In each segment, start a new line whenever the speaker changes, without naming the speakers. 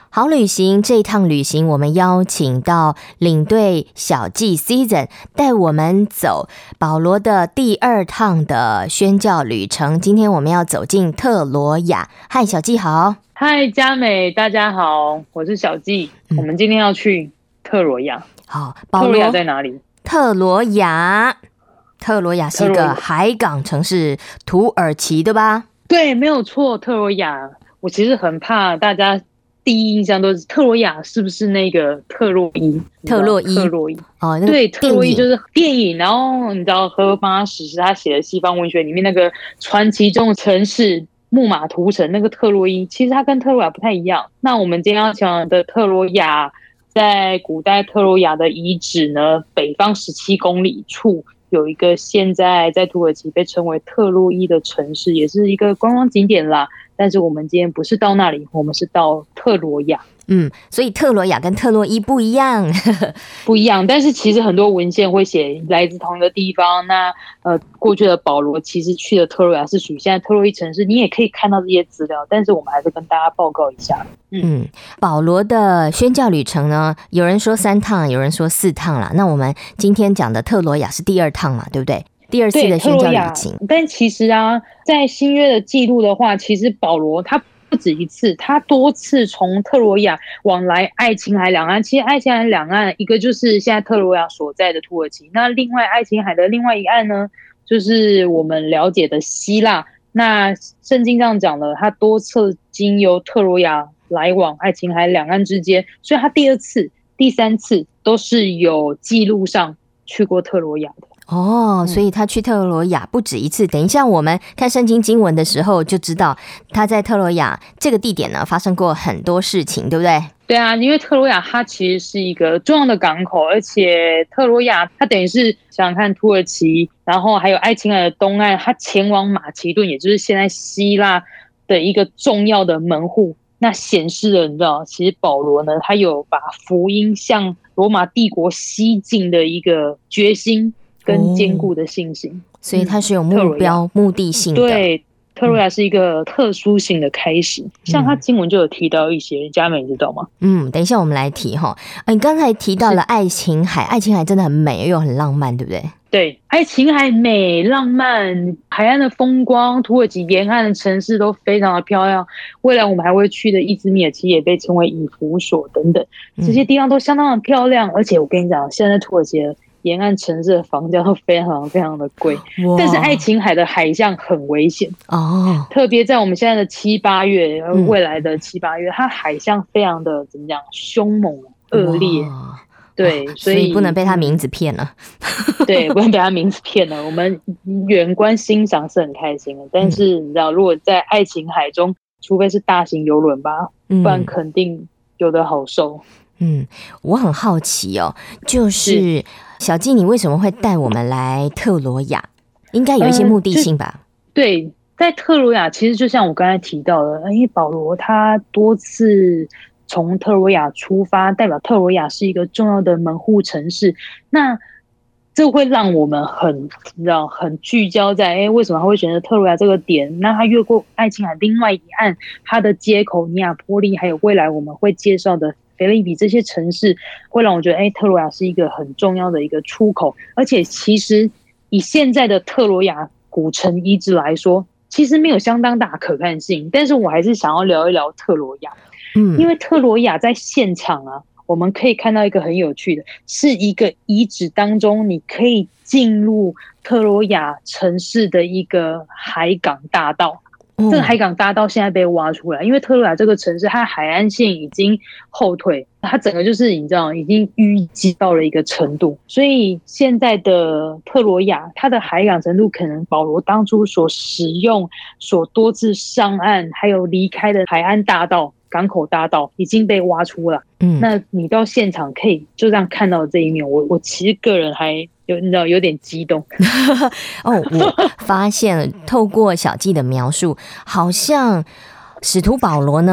好旅行这一趟旅行，我们邀请到领队小纪 Season 带我们走保罗的第2趟的宣教旅程。今天我们要走进特罗亚。嗨，小纪好。
嗨，嘉美，大家好，我是小纪。我们今天要去特罗亚。
好，
特罗亚在哪里？
特罗亚是一个海港城市，土耳其对吧？
对，没有错，特罗亚。我其实很怕大家第一印象都是特罗亚是不是那个特洛伊？
特洛伊哦，那个
对，特洛伊就是电影。然后你知道荷马史诗他写的西方文学里面那个传奇中的城市木马屠城那个特洛伊，其实它跟特洛亚不太一样。那我们今天要讲的特罗亚，在古代特罗亚的遗址呢，北方17公里处有一个现在在土耳其被称为特洛伊的城市，也是一个观光景点啦。但是我们今天不是到那里，我们是到特罗亚。
所以特罗亚跟特洛伊不一样。
不一样。但是其实很多文献会写来自同一个地方。那过去的保罗其实去的特罗亚是属于现在特洛伊城市，你也可以看到这些资料，但是我们还是跟大家报告一下。
保罗的宣教旅程呢，有人说3趟，有人说4趟啦。那我们今天讲的特罗亚是第2趟嘛，对不对？第2次的宣教旅程。
但其实啊，在新约的记录的话，其实保罗他不止一次，他多次从特罗亚往来爱琴海两岸。其实爱琴海两岸，一个就是现在特罗亚所在的土耳其，那另外爱琴海的另外一岸呢，就是我们了解的希腊。那圣经上讲了，他多次经由特罗亚来往爱琴海两岸之间，所以他第2次、第3次都是有记录上去过特罗亚的。
所以他去特罗亚不止一次。等一下我们看圣经经文的时候就知道他在特罗亚这个地点呢发生过很多事情，对不对？
对啊，因为特罗亚它其实是一个重要的港口，而且特罗亚它等于是想想看，土耳其然后还有爱琴海的东岸，它前往马其顿，也就是现在希腊的一个重要的门户。那显示了你知道，其实保罗呢，他有把福音向罗马帝国西进的一个决心跟坚固的信心。
所以它是有目标、目的性的。
对，特罗亚是一个特殊性的开始。像他经文就有提到一些，嘉美知道吗？
等一下我们来提齁。你刚才提到了爱琴海，爱琴海真的很美又很浪漫，对不对？
对，爱琴海美浪漫，海岸的风光，土耳其沿岸的城市都非常的漂亮。未来我们还会去的伊兹密尔，其实也被称为以弗所等等，这些地方都相当的漂亮。而且我跟你讲，现在土耳其的沿岸城市的房价都非常非常的贵，但是爱琴海的海象很危险特别在我们现在的7、8月，未来的7、8月，它海象非常的怎么讲，凶猛恶劣。对，
所以不能被他名字骗了。
对，不能被他名字骗了。我们远观欣赏是很开心的，但是你知道，如果在爱琴海中，除非是大型邮轮吧，不然肯定有的好受。
我很好奇哦，就是小纪，你为什么会带我们来特罗亚？应该有一些目的性吧？
对，在特罗亚，其实就像我刚才提到的，因为保罗他多次从特罗亚出发，代表特罗亚是一个重要的门户城市。那这会让我们很聚焦在为什么他会选择特罗亚这个点。那他越过爱琴海另外一岸，他的接口尼亚波利，还有未来我们会介绍的腓立比，这些城市会让我觉得特罗亚是一个很重要的一个出口。而且其实以现在的特罗亚古城遗址来说，其实没有相当大的可看性，但是我还是想要聊一聊特罗亚。因为特罗亚在现场啊，我们可以看到一个很有趣的，是一个遗址当中，你可以进入特罗亚城市的一个海港大道。这个海港大道现在被挖出来，因为特罗亚这个城市它海岸线已经后退，它整个就是你知道已经淤积到了一个程度，所以现在的特罗亚它的海港程度，可能保罗当初所使用、所多次上岸还有离开的海岸大道、港口大道已经被挖出了。那你到现场可以就这样看到这一面，我其实个人还有点激动。
我发现了，透过小纪的描述，好像使徒保罗呢，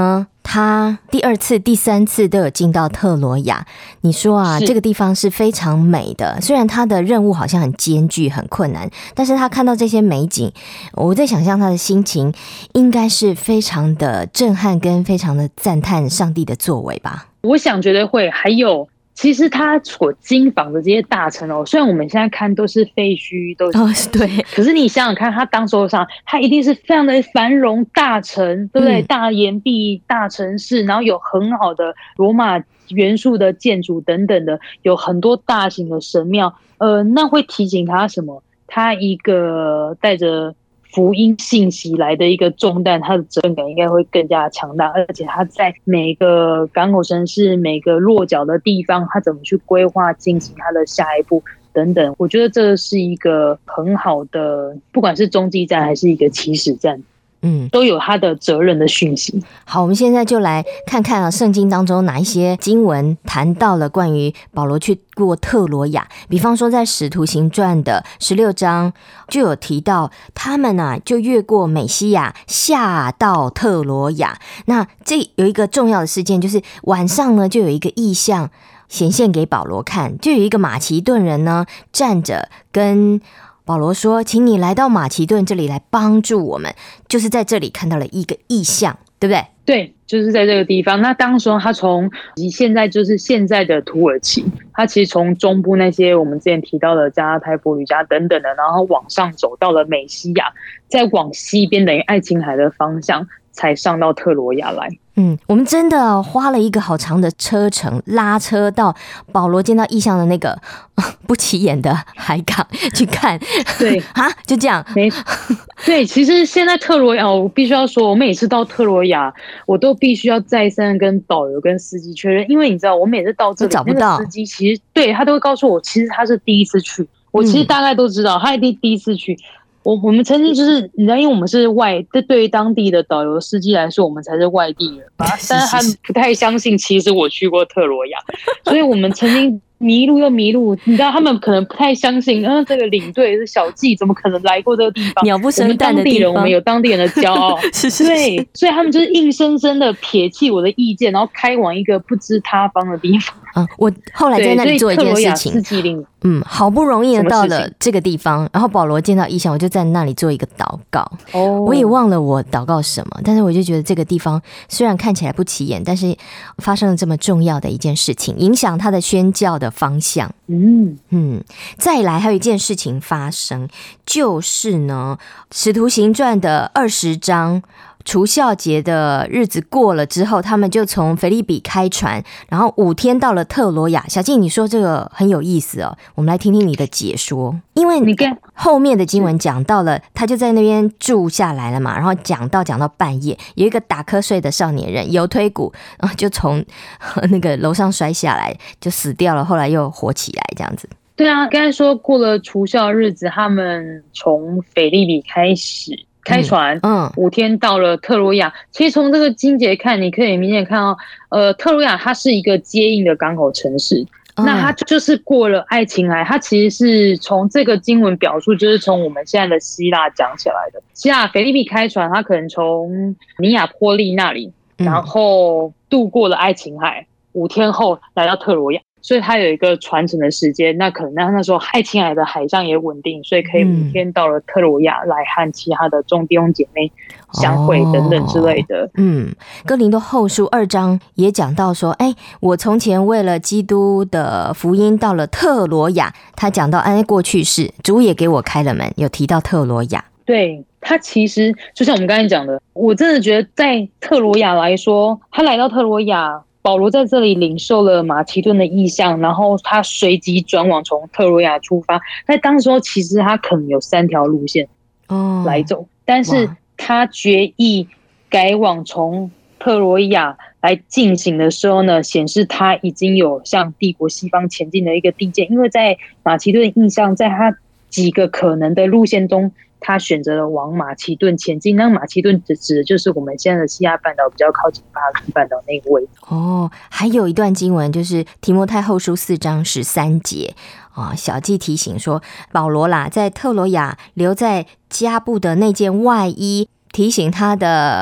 他第2次、第3次都有进到特罗亚。你说啊，这个地方是非常美的，虽然他的任务好像很艰巨、很困难，但是他看到这些美景，我在想象他的心情应该是非常的震撼，跟非常的赞叹上帝的作为吧。
我想绝对会。还有，其实他所经访的这些大臣虽然我们现在看都是废墟，都是
对，
可是你想想看，他当首相，他一定是非常的繁荣大城，对不对？大岩壁、大城市，然后有很好的罗马元素的建筑等等的，有很多大型的神庙。那会提醒他什么？他一个带着福音信息来的一个重担，他的责任感应该会更加强大，而且他在每个港口城市、每个落脚的地方，他怎么去规划进行他的下一步等等，我觉得这是一个很好的，不管是中继站还是一个起始站，都有他的责任的讯息。
好，我们现在就来看看圣经当中哪一些经文谈到了关于保罗去过特罗亚。比方说在使徒行传的16章就有提到，他们就越过美西亚下到特罗亚。那这有一个重要的事件，就是晚上呢就有一个异象显现给保罗看，就有一个马其顿人呢站着跟保罗说，请你来到马其顿这里来帮助我们，就是在这里看到了一个异象，对不对？
对，就是在这个地方。那当时他从现在就是现在的土耳其，他其实从中部那些我们之前提到的加拉太、伯吕加等等的，然后往上走到了美西亚，再往西边等于爱琴海的方向，才上到特罗亚来。
我们真的花了一个好长的车程，拉车到保罗见到异象的那个不起眼的海港去看。
对
啊，就这样。
对，其实现在特罗亚，我必须要说，我每次到特罗亚，我都必须要再三跟导游跟司机确认，因为你知道，我每次到这里，
找不到
那个司机其实对他都会告诉我，其实他是第一次去，我其实大概都知道，他一定第一次去。我们曾经就是你知道，因为我们是对于当地的导游司机来说，我们才是外地人吧，但是他们不太相信，其实我去过特罗亚，所以我们曾经迷路又迷路，你知道他们可能不太相信，这个领队是小纪，怎么可能来过这个地方？
鸟不生蛋的地方，
我们有当地人的骄傲，
是
对，所以他们就是硬生生的撇弃我的意见，然后开往一个不知他方的地方。
我后来在那里做一件事情，好不容易到了这个地方，然后保罗见到异象，我就在那里做一个祷告。我也忘了我祷告什么，但是我就觉得这个地方虽然看起来不起眼，但是发生了这么重要的一件事情，影响他的宣教的方向。再来还有一件事情发生，就是呢，使徒行传的20章。除酵节的日子过了之后，他们就从腓立比开船，然后5天到了特罗亚。小静，你说这个很有意思哦，我们来听听你的解说。因为你后面的经文讲到了，他就在那边住下来了嘛，然后讲到半夜，有一个打瞌睡的少年人有推骨，然后就从那个楼上摔下来，就死掉了，后来又活起来这样子。
对啊，刚才说过了除酵日子，他们从腓立比开船，5天到了特罗亚。其实从这个经节看，你可以明显看到，特罗亚它是一个接应的港口城市，那它就是过了爱琴海，它其实是从这个经文表述，就是从我们现在的希腊讲起来的。希腊腓立比开船，它可能从尼亚波利那里，然后渡过了爱琴海，5天后来到特罗亚。所以它有一个传承的时间，那可能那时候爱琴海的海象也稳定，所以可以5天到了特罗亚来和其他的众弟兄姐妹相会等等之类的。
哥林多后书2章也讲到说，我从前为了基督的福音到了特罗亚，他讲到过去式，主也给我开了门，有提到特罗亚。
对，他其实就像我们刚才讲的，我真的觉得在特罗亚来说，他来到特罗亚，保罗在这里领受了马其顿的意象，然后他随即转往从特罗亚出发。在当时候其实他可能有3条路线来走，但是他决意改往从特罗亚来进行的时候呢，显示他已经有向帝国西方前进的一个地界。因为在马其顿意象，在他几个可能的路线中，他选择了往马其顿前进。那马其顿指的就是我们现在的西亚半岛比较靠近巴尔干半岛那个位置。
还有一段经文就是提摩太后书4章13节。小纪提醒说，保罗在特罗亚留在加布的那件外衣，提醒他的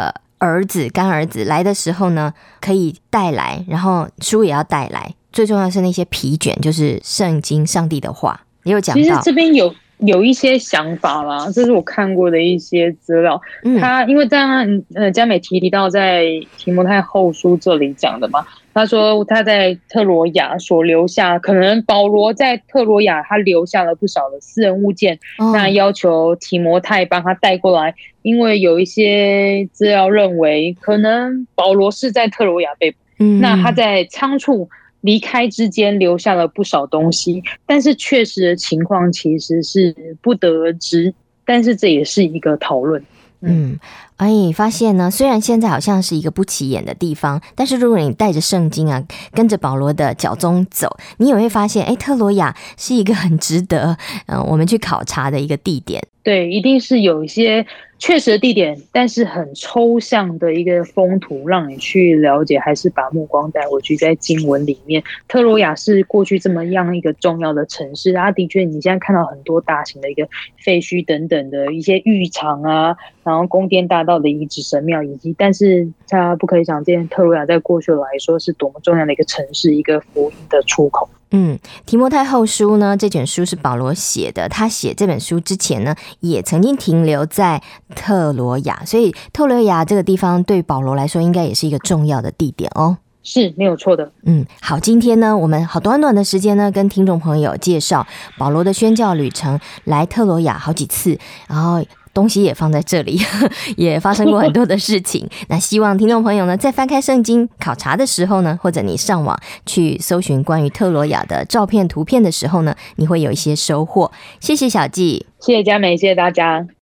干儿子来的时候呢，可以带来，然后书也要带来，最重要的是那些皮卷，就是圣经上帝的话也有讲到。
其实这边有一些想法啦，这是我看过的一些资料。他因为嘉美提到在提摩太后书这里讲的嘛，他说他在特罗亚所留下，可能保罗在特罗亚他留下了不少的私人物件，那要求提摩太帮他带过来，因为有一些资料认为可能保罗是在特罗亚被捕，那他在仓促离开之间留下了不少东西，但是确实的情况其实是不得而知，但是这也是一个讨论。
发现呢，虽然现在好像是一个不起眼的地方，但是如果你带着圣经啊，跟着保罗的脚踪走，你也会发现，特罗亚是一个很值得我们去考察的一个地点。
对，一定是有一些确实的地点，但是很抽象的一个风土让你去了解，还是把目光带回去在经文里面。特罗亚是过去这么样一个重要的城市，它的确你现在看到很多大型的一个废墟等等的一些浴场啊，然后宫殿大道的遗址神庙以及，但是它不可以想见特罗亚在过去来说是多么重要的一个城市，一个福音的出口。
提摩太后书呢，这卷书是保罗写的，他写这本书之前呢，也曾经停留在特罗亚，所以特罗亚这个地方对保罗来说应该也是一个重要的地点哦。
是没有错的。
好，今天呢，我们好短短的时间呢，跟听众朋友介绍保罗的宣教旅程，来特罗亚好几次，然后东西也放在这里，也发生过很多的事情。那希望听众朋友呢，在翻开圣经考察的时候呢，或者你上网去搜寻关于特罗亚的照片图片的时候呢，你会有一些收获。谢谢小纪，
谢谢嘉美，谢谢大家。